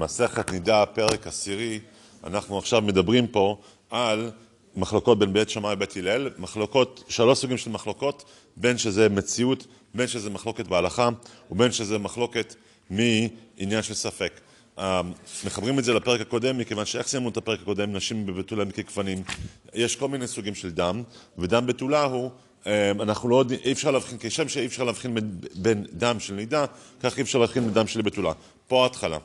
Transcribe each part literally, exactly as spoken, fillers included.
מסכת נידה, פרק עשירי. אנחנו עכשיו מדברים פה על מחלוקות בין בית שמאי ובית הלל, מחלוקות, שלוש סוגים של מחלוקות, בין שזה מציאות, בין שזה מחלוקת בהלכה, ובין שזה מחלוקת מעניין של ספק. מחברים את זה לפרק הקודם, מכיוון שאיך סיימנו את הפרק הקודם, נשים בבתולה ככפנים, יש כל מיני סוגים של דם, ודם בתולה הוא, אנחנו לא יודעים, אי אפשר להבחין, כשם שאי אפשר להבחין בין, בין דם של נידה, כך אי אפשר להבחין בין דם של בתולה. פה ההתחלה.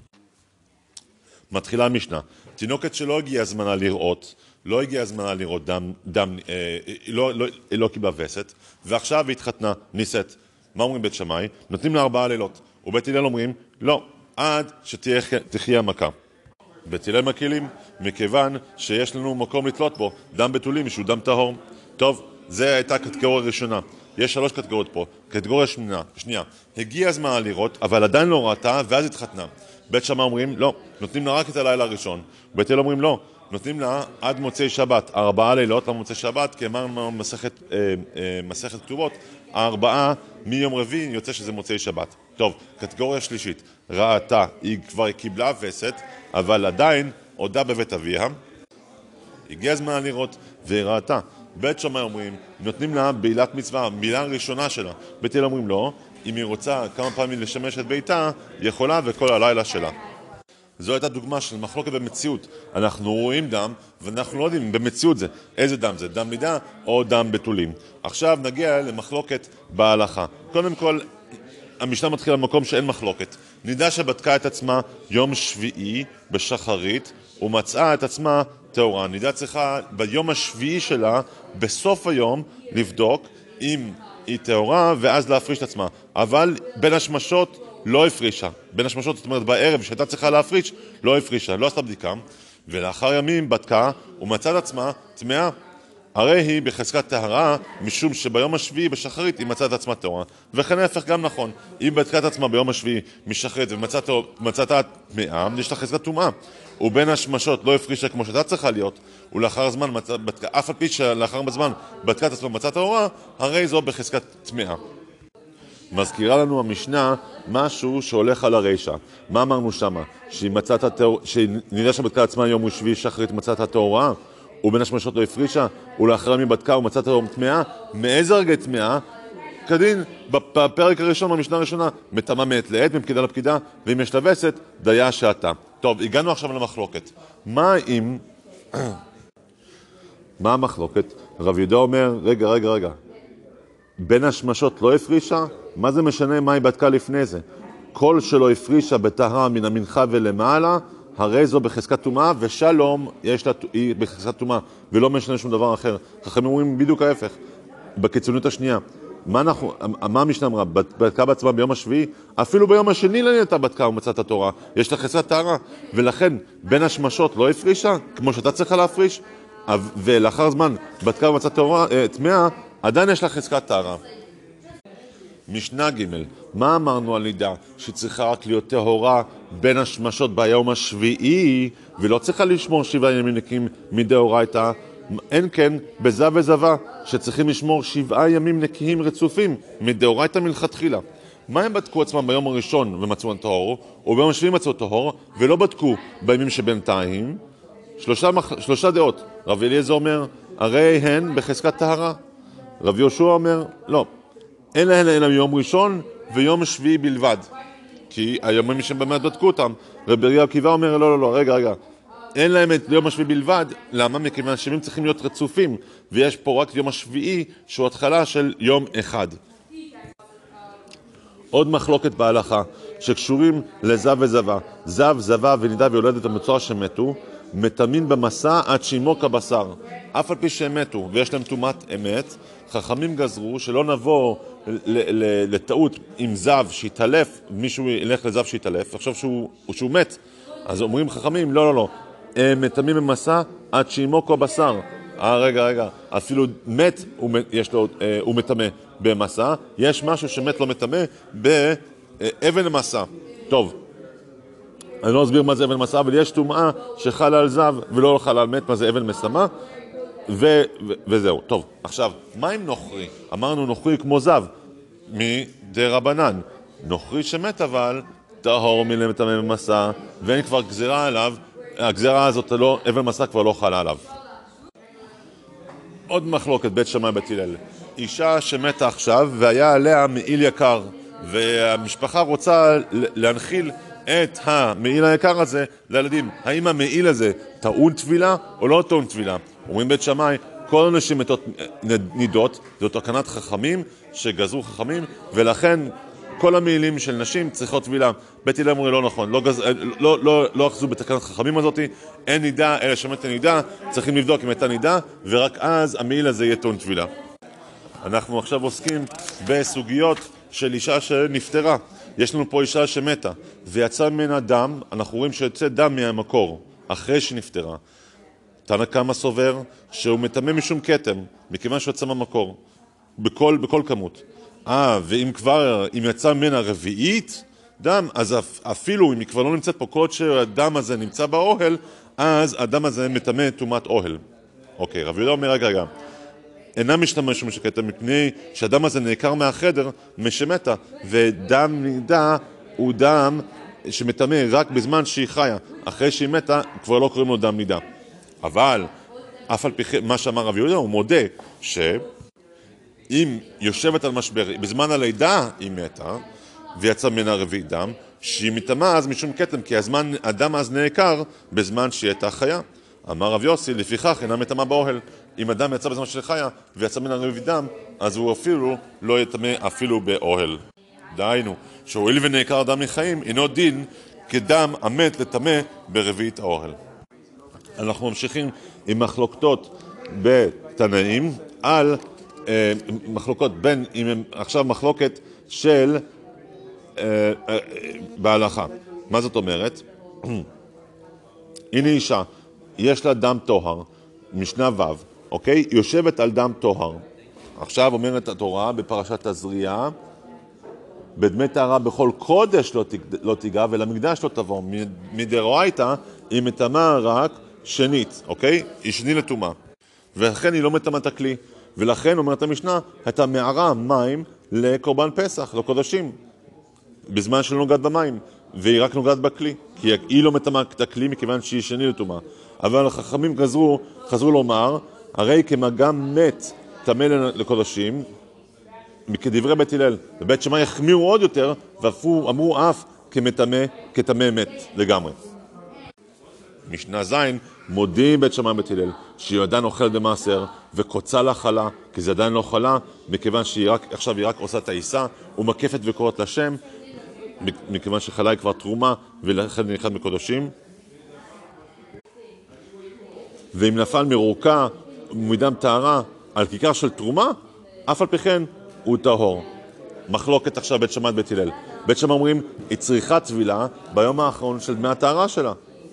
מתחילה המשנה. תינוקת שלא הגיעה הזמנה לראות, לא הגיעה הזמנה לראות דם, דם, אה, לא, לא, לא קיבלה וסת, ועכשיו היא התחתנה, נישאת. מה אומרים בית שמאי? נותנים לה ארבעה לילות. ובית הלל אומרים, לא, עד שתחיה המכה. בית הלל מקילים, מכיוון שיש לנו מקום לתלות בו, דם בתולים, שהוא דם טהור. טוב, זה הייתה קטגוריה ראשונה. יש שלוש קטגוריות פה. קטגוריה שנייה, שנייה. הגיע הזמן לראות, אבל עדיין לא ראתה, ואז התחתנה. בית שמאי אומרים, לא, נותנים לה רק את הלילה הראשון. בית הלל אומרים, לא, נותנים לה עד מוצאי שבת, ארבעה לילות למוצאי שבת, כי אמרנו מסכת, אה, אה, מסכת כתובות, הארבעה מיום רביעי יוצא שזה מוצאי שבת. טוב, קטגוריה שלישית, ראתה, היא כבר קיבלה וסת, אבל עדיין עודה בבית אביה, הגיע הזמן לראות והיא ראתה. בית שמאי אומרים, נותנים לה בעילת מצווה, מילה ראשונה שלה. בית הלל אומרים, לא, אם היא רוצה כמה פעמים לשמש את ביתה, היא יכולה וכל הלילה שלה. זו הייתה דוגמה של מחלוקת במציאות. אנחנו רואים דם, ואנחנו לא יודעים במציאות זה. איזה דם זה? דם נידה או דם בתולים. עכשיו נגיע למחלוקת בהלכה. קודם כל, המשנה מתחילה במקום שאין מחלוקת. נידה שבדקה את עצמה יום שביעי בשחרית, ומצאה את עצמה טהורה. נידה צריכה ביום השביעי שלה, בסוף היום, לבדוק אם היא טהורה, ואז להפריש את עצמה. אבל בין השמשות לא הפרישה. בין השמשות, זאת אומרת, בערב שהייתה צריכה להפריש, לא הפרישה, לא עשתה בדיקה. ולאחר ימים בדקה, ומצאה את עצמה טמאה. הרי היא בחזקת טהרה, משום שביום השביעי בשחרית היא מצאה את עצמה טהורה. וכן ההפך גם נכון. אם בדקה את עצמה ביום השביעי משחרית ומצאת טמאה, יש לה חזקת טומאה. ובין השמשות לא הפרישה כמו שהייתה צריכה להיות, ולאחר זמן, בדקה, אף על פי שלאחר בזמן בדקה את עצמה מצאה טהורה, הרי זו בחזקת טמאה. מזכירה לנו המשנה משהו שהולך על הרשע. מה אמרנו שמה? שהיא מצאת הטהורה, שנראה שבדקה עצמה יום שביעי שחרית מצאת הטהורה, ובין השמשות לא הפרישה, ולאחר ימים בדקה ומצאת היום טמאה. מאיזה רגע טמאה? כדין, בפרק הראשון, במשנה הראשונה, מטמאה מעת לעת, מפקידה לפקידה, ואם יש לה וסת, דיה שעתה. טוב, הגענו עכשיו למחלוקת. מה אם... מה המחלוקת? רב יהודה אומר, רגע, רגע, רגע. בין השמשות לא הפרישה? מה זה משנה מה היא בדקה לפני זה? כל שלא הפרישה בטהרה מן המנחה ולמעלה, הרי זו בחזקת טומאה, ושלום יש לה, היא בחזקת טומאה, ולא משנה שום דבר אחר. חכמים אומרים בדיוק ההפך. בקיצוניות השנייה, מה, אנחנו, מה המשנה אמרה? בדקה בעצמה ביום השביעי, אפילו ביום השני לא נהייתה בדקה ומצאת התורה. יש לה חזקת טהרה, ולכן בין השמשות לא הפרישה, כמו שאתה צריכה להפריש, ולאחר זמן בדקה ומצאת טמאה, עדיין יש לה חזקת טהרה. משנה ג' מה אמרנו על נידה? שהיא צריכה רק להיות טהורה בין השמשות ביום השביעי, ולא צריכה לשמור שבעה ימים נקיים מדאורייתא. אין כן בזה וזבה שצריכים לשמור שבעה ימים נקיים רצופים מדאורייתא מלכתחילה. מה הם בדקו עצמם ביום הראשון ומצאו טהור, או ביום השביעי מצאו טהור, ולא בדקו בימים שבינתיים? שלושה, שלושה דעות. רב אליעזר אומר, הרי הן בחזקת טהרה. רב יהושע אומר, לא. אין להן אלא יום ראשון ויום שביעי בלבד. כי היומים שבאמת בדקו אותם. רבי עקיבא אומר, לא, לא, לא, רגע, רגע. אין להם את יום השביעי בלבד. למה? מכיוון שימים צריכים להיות רצופים. ויש פה רק יום השביעי שהוא התחלה של יום אחד. עוד מחלוקת בהלכה שקשורים לזב וזבה. זב, זבה ונידה ויולדת המצורע שמתו, מטמאים במסע עד שימוק הבשר. אף על פי שהם מתו ויש להם טומאת אמת, חכמים גזרו שלא נבוא לטעות עם זב שיתעלף, מישהו ילך לזב שיתעלף, עכשיו שהוא, שהוא מת, אז אומרים חכמים, לא, לא, לא, הם מטמאים במסע עד שימוק הבשר. אה, רגע, רגע, אפילו מת הוא, יש לו, הוא מטמא במסע, יש משהו שמת לא מטמא באבן המסע. טוב, אני לא אסביר מה זה אבן מסע, אבל יש טומאה שחלה על זב ולא חלה על מת, מה זה אבן מסמה, ו- ו- וזהו. טוב, עכשיו, מה עם נוכרי? אמרנו נוכרי כמו זב, מדי רבנן. נוכרי שמת אבל טהור מלמטמא במסע, ואין כבר גזירה עליו, הגזירה הזאת, לא, אבל מסע כבר לא חלה עליו. עוד מחלוקת בית שמאי בית הלל. אישה שמתה עכשיו והיה עליה מעיל יקר, והמשפחה רוצה להנחיל את המעיל היקר הזה לילדים. האם המעיל הזה טעון טבילה או לא טעון טבילה? אומרים בית שמאי, כל הנשים מתות נידות, זאת תקנת חכמים שגזרו חכמים, ולכן כל המעילים של נשים צריכות טבילה. בית הלל אומרים לא נכון, לא, גז... לא, לא, לא אחזו בתקנת חכמים הזאת, אין נידה, אלא שמת נידה, צריכים לבדוק אם הייתה נידה, ורק אז המעיל הזה יהיה טעון טבילה. אנחנו עכשיו עוסקים בסוגיות של אישה שנפטרה. יש לנו פה אישה שמתה, ויצא ממנה דם, אנחנו רואים שיוצא דם מהמקור, אחרי שנפטרה. תנא קמא סובר שהוא מטמא משום כתם, מכיוון שיוצא מהמקור, בכל, בכל כמות. אה, ואם כבר, אם יצא ממנה רביעית דם, אז אפילו אם היא כבר לא נמצאת פה, כל שהדם הזה נמצא באוהל, אז הדם הזה מטמא טומאת אוהל. אוקיי, רבי יהודה אומר, רגע, רגע, אינה משתמש משום כתם, מפני שהדם הזה נעקר מהחדר משמתה, ודם נידה הוא דם שמטמא רק בזמן שהיא חיה. אחרי שהיא מתה, כבר לא קוראים לו דם נידה. אבל, אף על פי מה שאמר רבי יהודה, הוא מודה שאם יושבת על משבר, בזמן הלידה היא מתה, ויצא ממנה רביעי דם, שהיא מטמאה אז משום כתם, כי הזמן, הדם אז נעקר בזמן שהיא הייתה חיה. אמר רב יוסי, לפיכך אינה מטמאה באוהל. אם אדם יצא בזמן של חיה, ויצא ממנה רביעי דם, אז הוא אפילו לא יטמא אפילו באוהל. דהיינו, שהואיל ונעקר דם מחיים, אינו דין כדם המת לטמא ברביעית האוהל. אנחנו ממשיכים עם מחלוקות בתנאים על אה, מחלוקות בין, עם, עכשיו מחלוקת של אה, אה, בהלכה. מה זאת אומרת? הנה אישה, יש לה דם טוהר, משנה ו', אוקיי? יושבת על דם טוהר. עכשיו אומרת התורה בפרשת תזריע, בדמי טהרה בכל קודש לא, תג... לא תיגע ולמקדש לא תבוא. מדאורייתא היא מטמאה רק שנית, אוקיי? היא שני לטומאה. ולכן היא לא מטמאה את הכלי. ולכן אומרת המשנה, הייתה מערה מים לקורבן פסח, לקודשים, בזמן שלא נוגעת במים, והיא רק נוגעת בכלי, כי היא לא מטמאה את הכלי מכיוון שהיא שני לטומאה. אבל החכמים חזרו, חזרו לומר, הרי כמגם מת טמא לקודשים, כדברי בית הלל, בבית שמאי החמירו עוד יותר, ואמרו אף כמטמא, כטמא מת לגמרי. משנה זין מודיעים בית שמאי בית הלל שהיא עדיין אוכלת במעשר וקוצה לה חלה, כי זה עדיין לא חלה, מכיוון שהיא רק, עכשיו היא רק עושה את העיסה ומקפת וקוראת לשם, מכיוון שחלה היא כבר תרומה ולכן היא אחד מקודשים. ואם נפל מרוקה ומדם טהרה על כיכר של תרומה, אף על פי כן הוא טהור. מחלוקת עכשיו בית שמאי בית הלל. בית שמאי אומרים, היא צריכה טבילה ביום האחרון של דמי הטהרה שלה.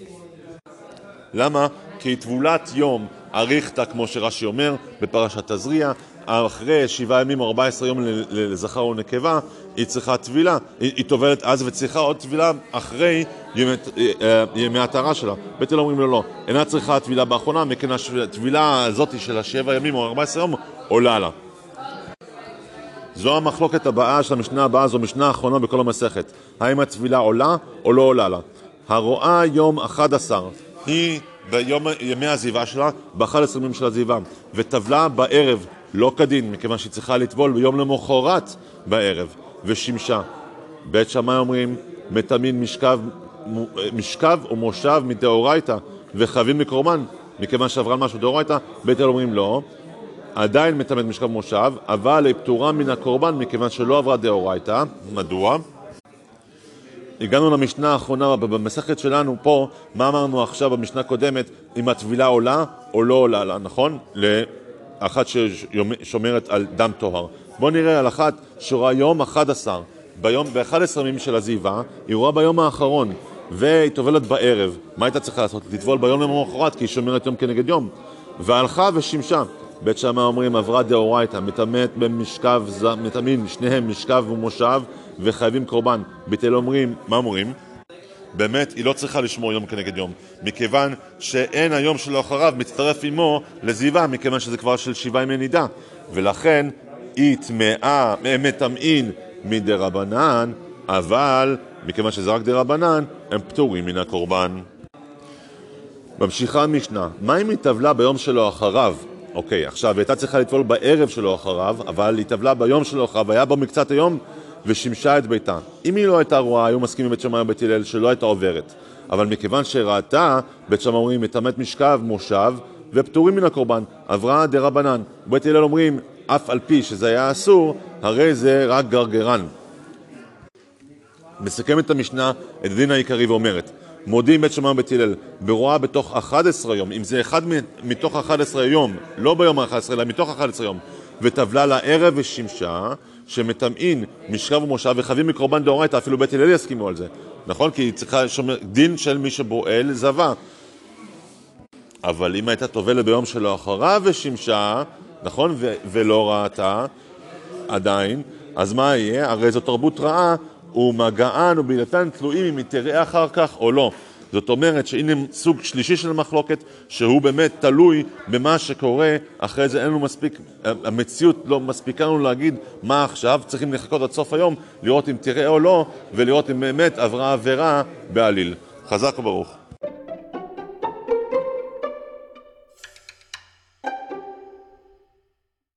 למה? כי טבולת יום אריכתא, כמו שרש"י אומר, בפרשת תזריע, אחרי שבעה ימים או ארבעה עשר יום לזכר או נקבה, היא צריכה טבילה. היא, היא טובלת אז וצריכה עוד טבילה אחרי ימי, ימי הטהרה שלה. בית הלל אומרים לו לא, אינה צריכה טבילה באחרונה, מכן הטבילה הזאת של השבע ימים או ארבעה עשר יום עולה לה. זו המחלוקת הבאה של המשנה הבאה, זו משנה האחרונה בכל המסכת. האם הטבילה עולה או לא עולה לה? הרואה יום אחד עשר, היא ביום ימי הזיבה שלה, באחד עשרה ימים של הזיבה, וטבלה בערב, לא כדין, מכיוון שהיא צריכה לטבול ביום למחרת בערב, ושימשה. בית שמאי אומרים, מטמאים משכב, משכב או מושב מדאורייתא, וחייבים מקורבן, מכיוון שעברה משהו דאורייתא. בית הלל אומרים לא, עדיין מטמאת משכב מושב, אבל היא פטורה מן הקורבן מכיוון שלא עברה דאורייתא. מדוע? הגענו למשנה האחרונה במסכת שלנו פה, מה אמרנו עכשיו במשנה הקודמת, אם הטבילה עולה או לא עולה לה, נכון? לאחת ששומרת על דם טוהר. בואו נראה על אחת שרואה יום אחד עשר, ביום, ב-אחד עשר ימים של הזיבה, היא רואה ביום האחרון, והיא טובלת בערב. מה הייתה צריכה לעשות? לטבול ביום למחרת, כי היא שומרת יום כנגד יום. והלכה ושימשה. בית שמאי אומרים, עברה דאורייתא, מטמאת במשכב, מטמאים שניהם משכב ומושב, וחייבים קורבן. בית הלל אומרים, מה אומרים? באמת, היא לא צריכה לשמור יום כנגד יום, מכיוון שאין היום שלו אחריו מצטרף עמו לזיבה, מכיוון שזה כבר של שבעה ימי נידה. ולכן היא טמאה, מטמאים מדרבנן, אבל מכיוון שזה רק דרבנן, הם פטורים מן הקורבן. ממשיכה המשנה, מה אם היא טבלה ביום שלו אחריו? אוקיי, עכשיו, היא הייתה צריכה לטבול בערב שלו אחריו, אבל היא טבלה ביום שלו אחריו, היה בו מקצת היום ושימשה את ביתה. אם היא לא הייתה רואה, היו מסכימים בית שמאי ובית הלל שלא הייתה עוברת. אבל מכיוון שראתה, בית שמאי אומרים, מטמאת משכב, מושב, ופטורים מן הקורבן, עברה דרבנן. בית הלל אומרים, אף על פי שזה היה אסור, הרי זה רק גרגרן. מסכמת את המשנה את הדין העיקרי ואומרת, מודיעים בית שמאי ובית הלל, ברואה בתוך אחד עשר יום, אם זה אחד מתוך אחד עשר יום, לא ביום ה-אחד עשר, אלא מתוך אחד עשר יום, וטבלה לערב ושימשה, שמטמאין משכב ומושב וחבים מקורבן דאורייתא, אפילו בית הלל יסכימו על זה. נכון? כי היא צריכה שומר, דין של מי שבועל זבה. אבל אם הייתה טובלת ביום שלו אחריו ושימשה, נכון? ו- ולא ראתה עדיין, אז מה יהיה? הרי זו תרבות רעה, ומגען ובילתן תלויים אם היא תראה אחר כך או לא. זאת אומרת שהנה סוג שלישי של מחלוקת, שהוא באמת תלוי במה שקורה, אחרי זה אין לנו מספיק, המציאות לא מספיקה לנו להגיד מה עכשיו, צריכים לחכות עד סוף היום, לראות אם תראה או לא, ולראות אם באמת עברה עבירה בעליל. חזק וברוך.